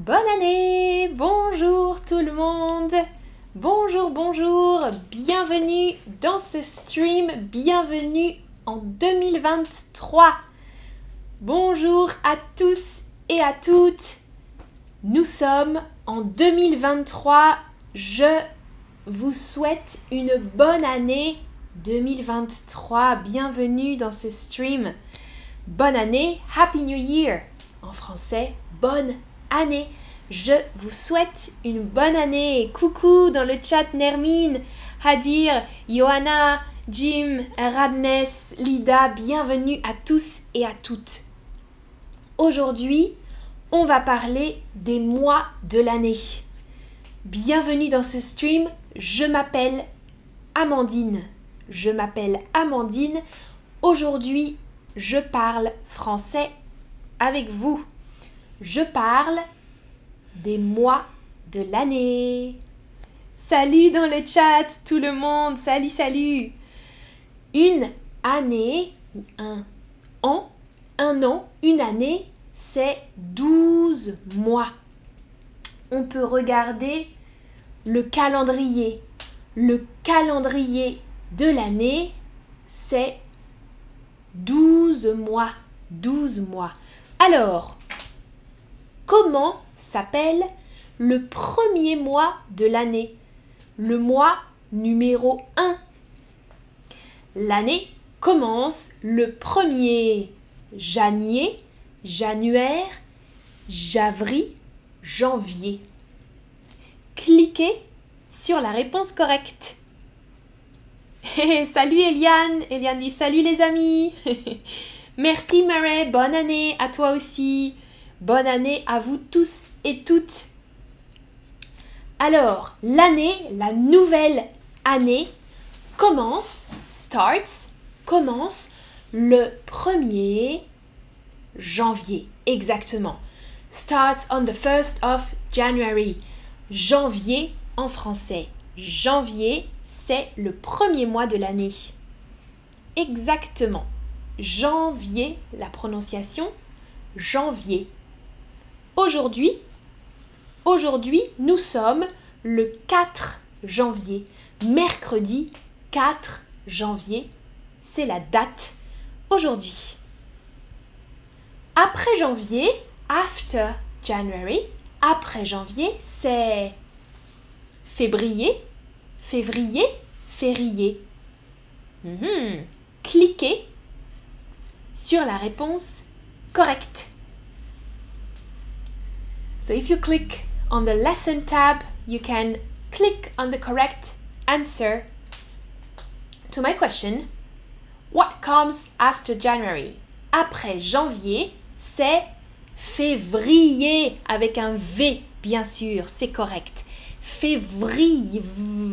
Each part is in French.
Bonne année! Bonjour tout le monde! Bonjour, bonjour! Bienvenue dans ce stream, bienvenue en 2023! Bonjour à tous et à toutes! Nous sommes en 2023, je vous souhaite une bonne année 2023, bienvenue dans ce stream. Bonne année, Happy New Year! En français, bonne année. Je vous souhaite une bonne année. Coucou dans le chat Nermine, Hadir, Johanna, Jim, Radnes, Lida, bienvenue à tous et à toutes. Aujourd'hui, on va parler des mois de l'année. Bienvenue dans ce stream, je m'appelle Amandine. Aujourd'hui, je parle français avec vous. Je parle des mois de l'année. Salut dans le chat tout le monde, salut. Une année ou un an, une année, c'est 12 mois. On peut regarder le calendrier. Le calendrier de l'année, c'est 12 mois. 12 mois. Alors, comment s'appelle le premier mois de l'année? Le mois numéro 1. L'année commence le 1er januaire, janvier. Cliquez sur la réponse correcte. Salut Eliane! Eliane dit salut les amis! Merci Murray, bonne année à toi aussi. Bonne année à vous tous et toutes. Alors, l'année, la nouvelle année commence le 1er janvier. Exactement. Starts on the 1st of January. Janvier en français. Janvier, c'est le premier mois de l'année. Exactement. Janvier, la prononciation, janvier. Aujourd'hui, nous sommes le 4 janvier. Mercredi 4 janvier, c'est la date aujourd'hui. Après janvier, after January, après janvier, c'est février. Cliquez sur la réponse correcte. So if you click on the lesson tab, you can click on the correct answer to my question. What comes after January? Après janvier, c'est février avec un V, bien sûr, c'est correct. Février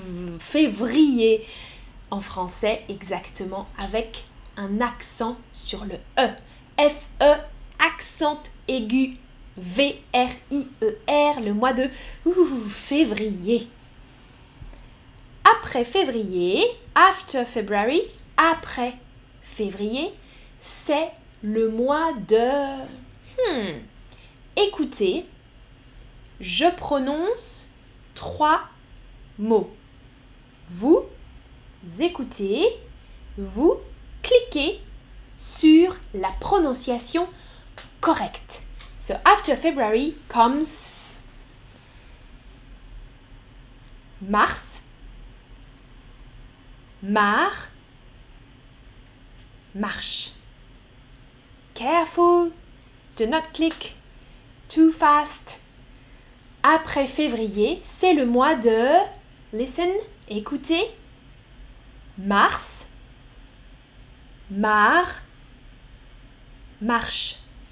en français exactement avec un accent sur le E. F-E, accent aigu, V-R-I-E-R, le mois de février. Après février, after February, après février, c'est le mois de... Écoutez, je prononce 3 mots. Vous écoutez, vous cliquez sur la prononciation correcte. So after February comes mars, marche. Careful, do not click too fast. Après février, c'est le mois de, listen, écoutez, mars, marche.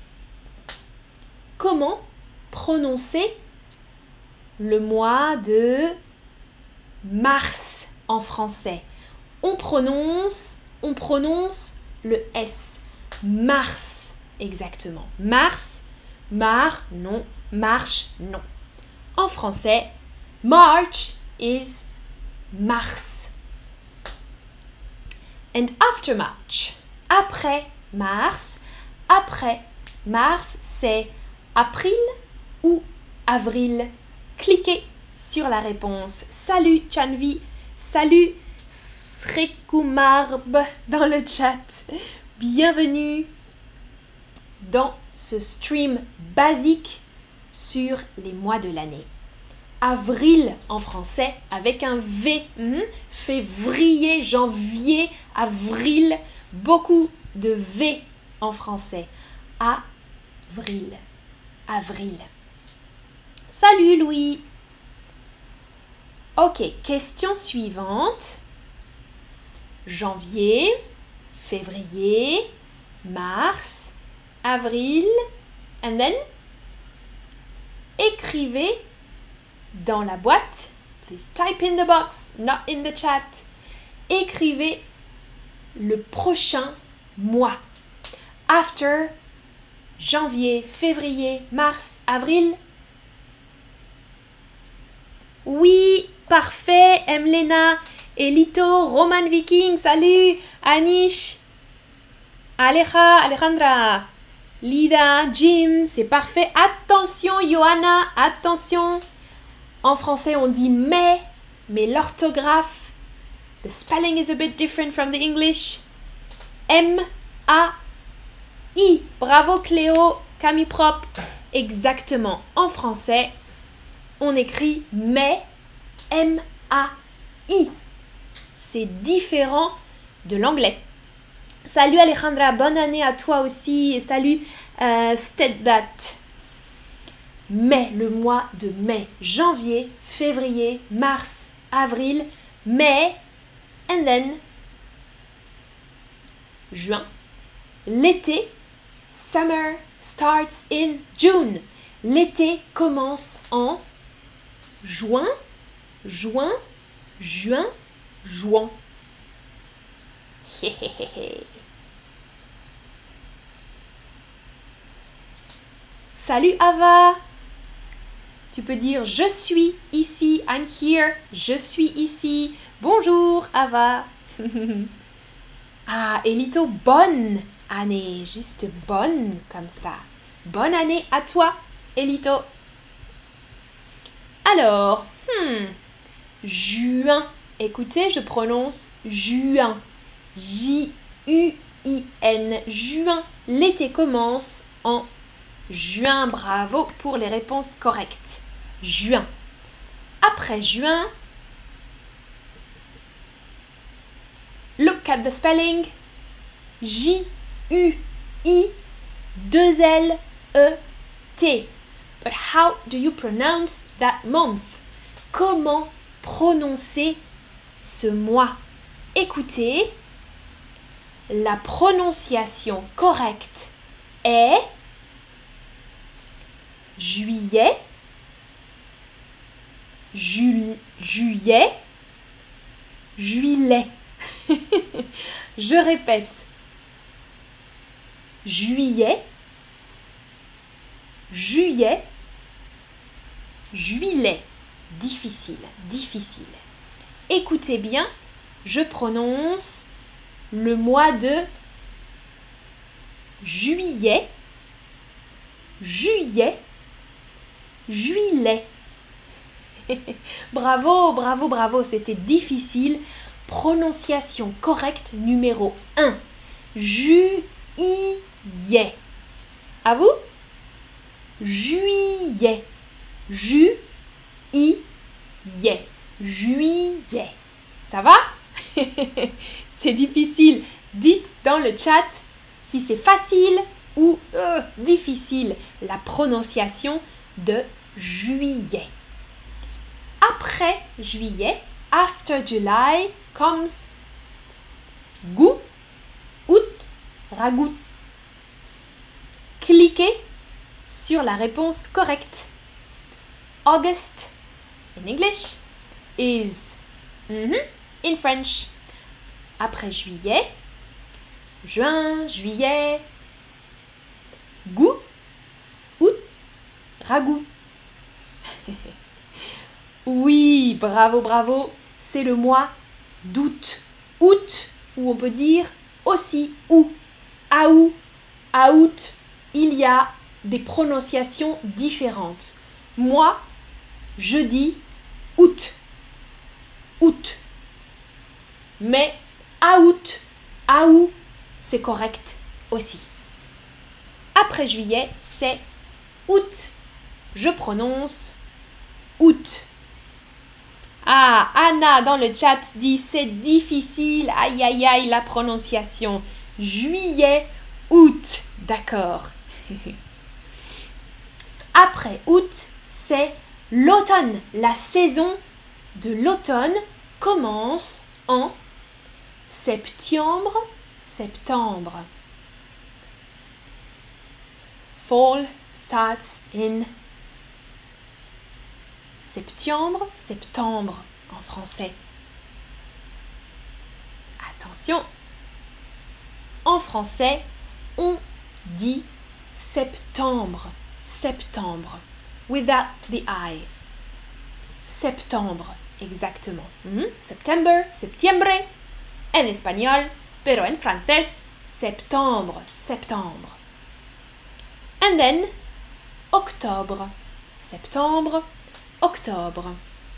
Comment prononcer le mois de mars en français? On prononce le S. Mars, exactement. Mars, non. Marche, non. En français, March is mars. And after March, après mars, c'est avril ou avril. Cliquez sur la réponse. Salut Chanvi, salut Srekumarb dans le chat. Bienvenue dans ce stream basique sur les mois de l'année. Avril en français avec un V. Février, janvier, avril. Beaucoup de V en français. Avril. Avril. Salut Louis. Ok, question suivante. Janvier, février, mars, avril, and then écrivez dans la boîte. Please type in the box, not in the chat. Écrivez le prochain mois. After janvier, février, mars, avril. Oui, parfait, Emlena, Elito, Roman Viking, salut, Anish, Alejandra, Lida, Jim, c'est parfait. Attention, Johanna, attention. En français, on dit mais l'orthographe, the spelling is a bit different from the English. M-A-I. Bravo Cléo, Camille Prop. Exactement. En français, on écrit mais, M-A-I. C'est différent de l'anglais. Salut Alejandra, bonne année à toi aussi. Et salut Stedat. Mai, le mois de mai. Janvier, février, mars, avril, mai, and then juin. L'été, summer starts in June. L'été commence en juin, juin, juin, juin. Salut Ava. Tu peux dire je suis ici, I'm here, je suis ici. Bonjour Ava. Ah, Elito, bonne année, juste bonne comme ça. Bonne année à toi, Elito. Alors, juin. Écoutez, je prononce juin. J-U-I-N. Juin. L'été commence en juin. Bravo pour les réponses correctes. Juin. Après juin, look at the spelling. J-U-I-2-L-E-T. But how do you pronounce that month? Comment prononcer ce mois? Écoutez, la prononciation correcte est juillet, juillet, juillet. Je répète. Juillet, juillet, juillet. Difficile, difficile. Écoutez bien, je prononce le mois de juillet, juillet, juillet. Bravo, bravo, bravo, c'était difficile. Prononciation correcte numéro 1. Juillet. À vous? Juillet. Juillet. Juillet. Ça va? C'est difficile. Dites dans le chat si c'est facile ou difficile la prononciation de juillet. Après juillet, after July comes goût, août, ragoût. Cliquez sur la réponse correcte. August in English is in French. Après juillet, juin, juillet, goût, août, ragoût. Oui, bravo, bravo. C'est le mois d'août. Août, ou on peut dire aussi ou. À août, il y a des prononciations différentes. Moi, je dis août. Août. Mais août, août, c'est correct aussi. Après juillet, c'est août. Je prononce août. Ah, Anna dans le chat dit c'est difficile, aïe aïe aïe la prononciation. Juillet, août, d'accord. Après août, c'est l'automne. La saison de l'automne commence en septembre, septembre. Fall starts in septembre, septembre en français. Attention, en français, on dit septembre, septembre, without the I. Septembre, exactement. September, septiembre, en espagnol, pero en francés, septembre, septembre. And then, octobre, septembre, octobre.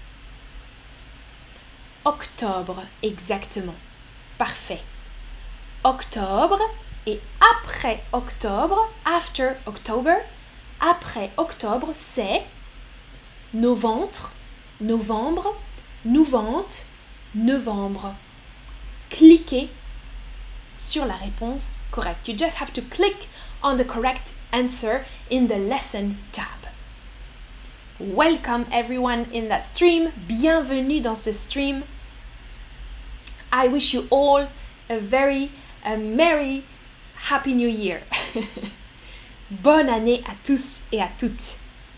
Octobre, exactement. Parfait. Octobre et après octobre, after October, après octobre, c'est novembre, novembre, novante, novembre. Cliquez sur la réponse correcte. You just have to click on the correct answer in the lesson tab. Welcome everyone in that stream. Bienvenue dans ce stream. I wish you all a very merry, happy new year. Bonne année à tous et à toutes.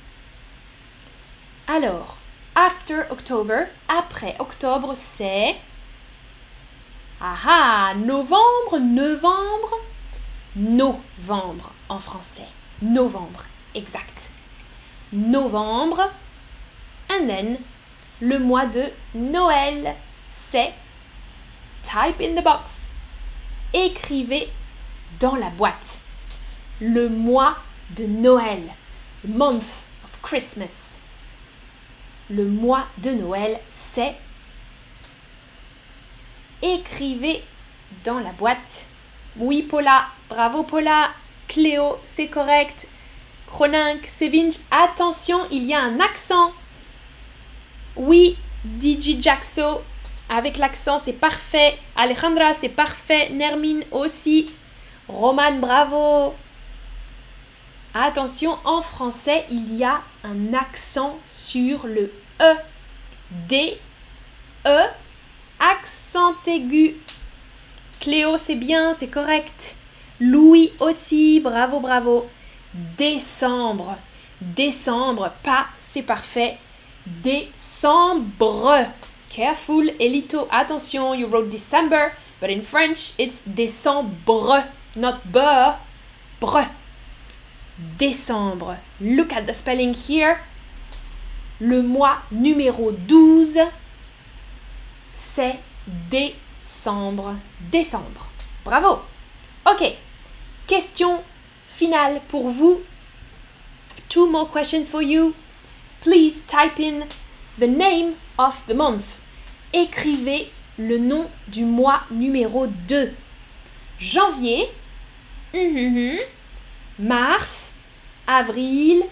Alors, after October, après octobre, c'est... novembre, novembre, novembre en français. Novembre, exact. Novembre. And then, le mois de Noël, c'est... Type in the box. Écrivez dans la boîte. Le mois de Noël. Month of Christmas. Le mois de Noël, c'est... Écrivez dans la boîte. Oui, Paula. Bravo, Paula. Cléo, c'est correct. Croninque, Sevinch, attention, il y a un accent. Oui, DJ Jaxo, avec l'accent, c'est parfait. Alejandra, c'est parfait. Nermine aussi. Roman, bravo. Attention, en français, il y a un accent sur le E. D, E, accent aigu. Cléo, c'est bien, c'est correct. Louis aussi, bravo, bravo. Décembre, décembre, pas, c'est parfait. Décembre. Careful, Elito, attention, you wrote December, but in French, it's décembre, not bre. Décembre. Look at the spelling here. Le mois numéro 12, c'est décembre. Décembre. Bravo. Ok. Question finale pour vous. 2 more questions for you. Please type in the name of the month. Écrivez le nom du mois numéro 2. Janvier. Mars. Avril.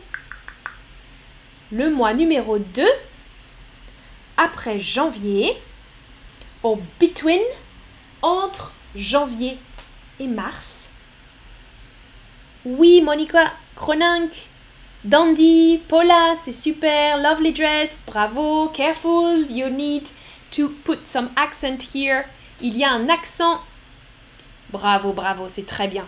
Le mois numéro 2. Après janvier. Or between. Entre janvier et mars. Oui, Monica, Croninque, Dandy, Paula, c'est super, lovely dress, bravo, careful, you need to put some accent here. Il y a un accent. Bravo, bravo, c'est très bien.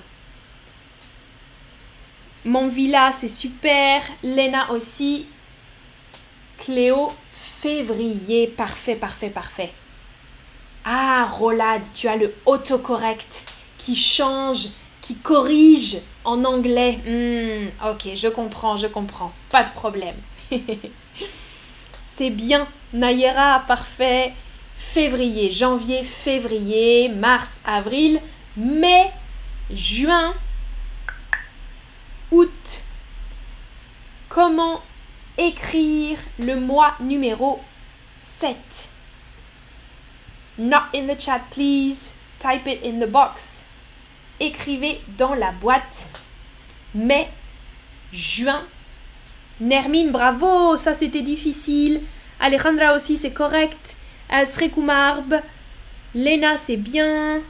Mon villa, c'est super, Lena aussi. Cléo, février, parfait, parfait, parfait. Ah, Rolad, tu as le autocorrect qui change, qui corrige en anglais. Ok, je comprends. Pas de problème. C'est bien. Nayera, parfait. Février, janvier, février, mars, avril, mai, juin, août. Comment écrire le mois numéro 7. Not in the chat, please. Type it in the box. Écrivez dans la boîte. Mai, juin. Nermine, bravo, ça c'était difficile. Alejandra aussi, c'est correct. Srekumarb. Lena, c'est bien.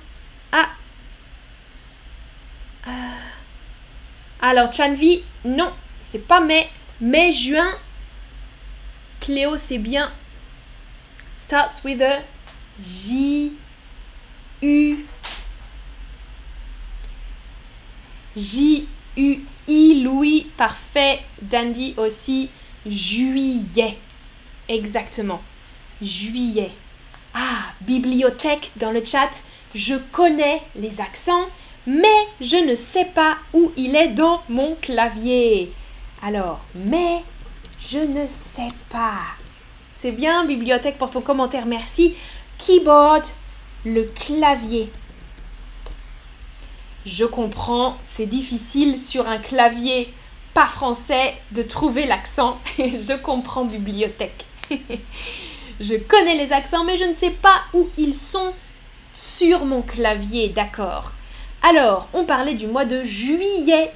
Alors, Chanvi, non, c'est pas mai. Mai, juin. Cléo, c'est bien. Starts with a J, U. J, U, I, Louis, parfait. Dandy aussi. Juillet. Exactement. Juillet. Bibliothèque dans le chat. Je connais les accents, mais je ne sais pas où il est dans mon clavier. Alors, mais je ne sais pas. C'est bien, bibliothèque, pour ton commentaire, merci. Keyboard, le clavier. Je comprends, c'est difficile sur un clavier pas français de trouver l'accent. Je comprends, bibliothèque. Je connais les accents, mais je ne sais pas où ils sont sur mon clavier, d'accord. Alors, on parlait du mois de juillet,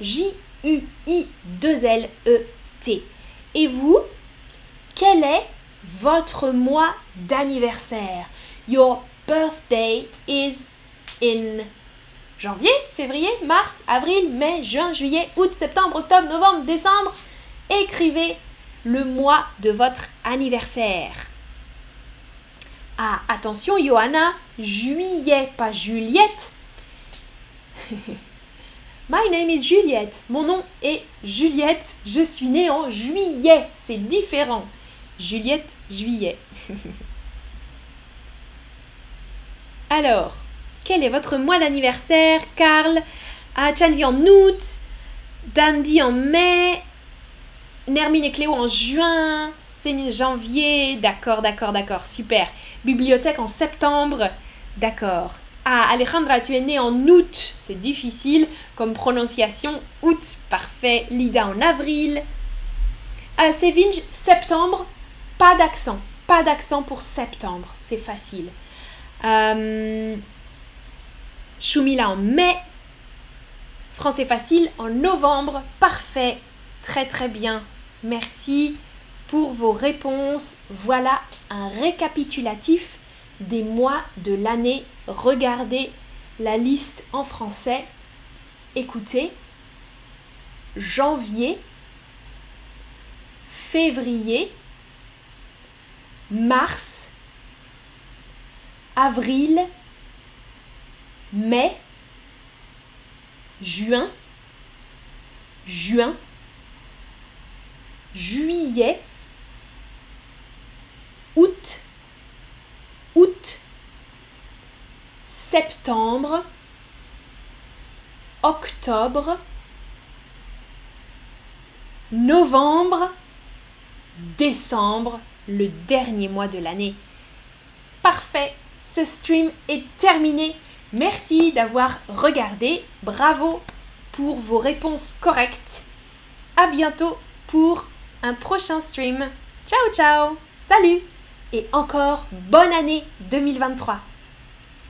J-U-I-2-L-E-T. Et vous, quel est votre mois d'anniversaire? Your birthday is in janvier, février, mars, avril, mai, juin, juillet, août, septembre, octobre, novembre, décembre. Écrivez le mois de votre anniversaire. Attention, Johanna, juillet, pas Juliette. My name is Juliette. Mon nom est Juliette. Je suis née en juillet. C'est différent. Juliette, juillet. Alors, quel est votre mois d'anniversaire? Karl, Chanvi en août, Dandy en mai, Nermine et Cléo en juin, c'est janvier, d'accord, super. Bibliothèque en septembre, d'accord. Alejandra, tu es née en août, c'est difficile comme prononciation, août, parfait. Lida en avril. Sevinj, septembre, pas d'accent pour septembre, c'est facile. Choumila en mai, français facile en novembre, parfait, très bien, merci pour vos réponses. Voilà un récapitulatif des mois de l'année. Regardez la liste en français, écoutez, janvier, février, mars, avril, mai, juin, juillet, août, septembre, octobre, novembre, décembre, le dernier mois de l'année. Parfait, ce stream est terminé. Merci d'avoir regardé. Bravo pour vos réponses correctes. À bientôt pour un prochain stream. Ciao, ciao. Salut. Et encore bonne année 2023.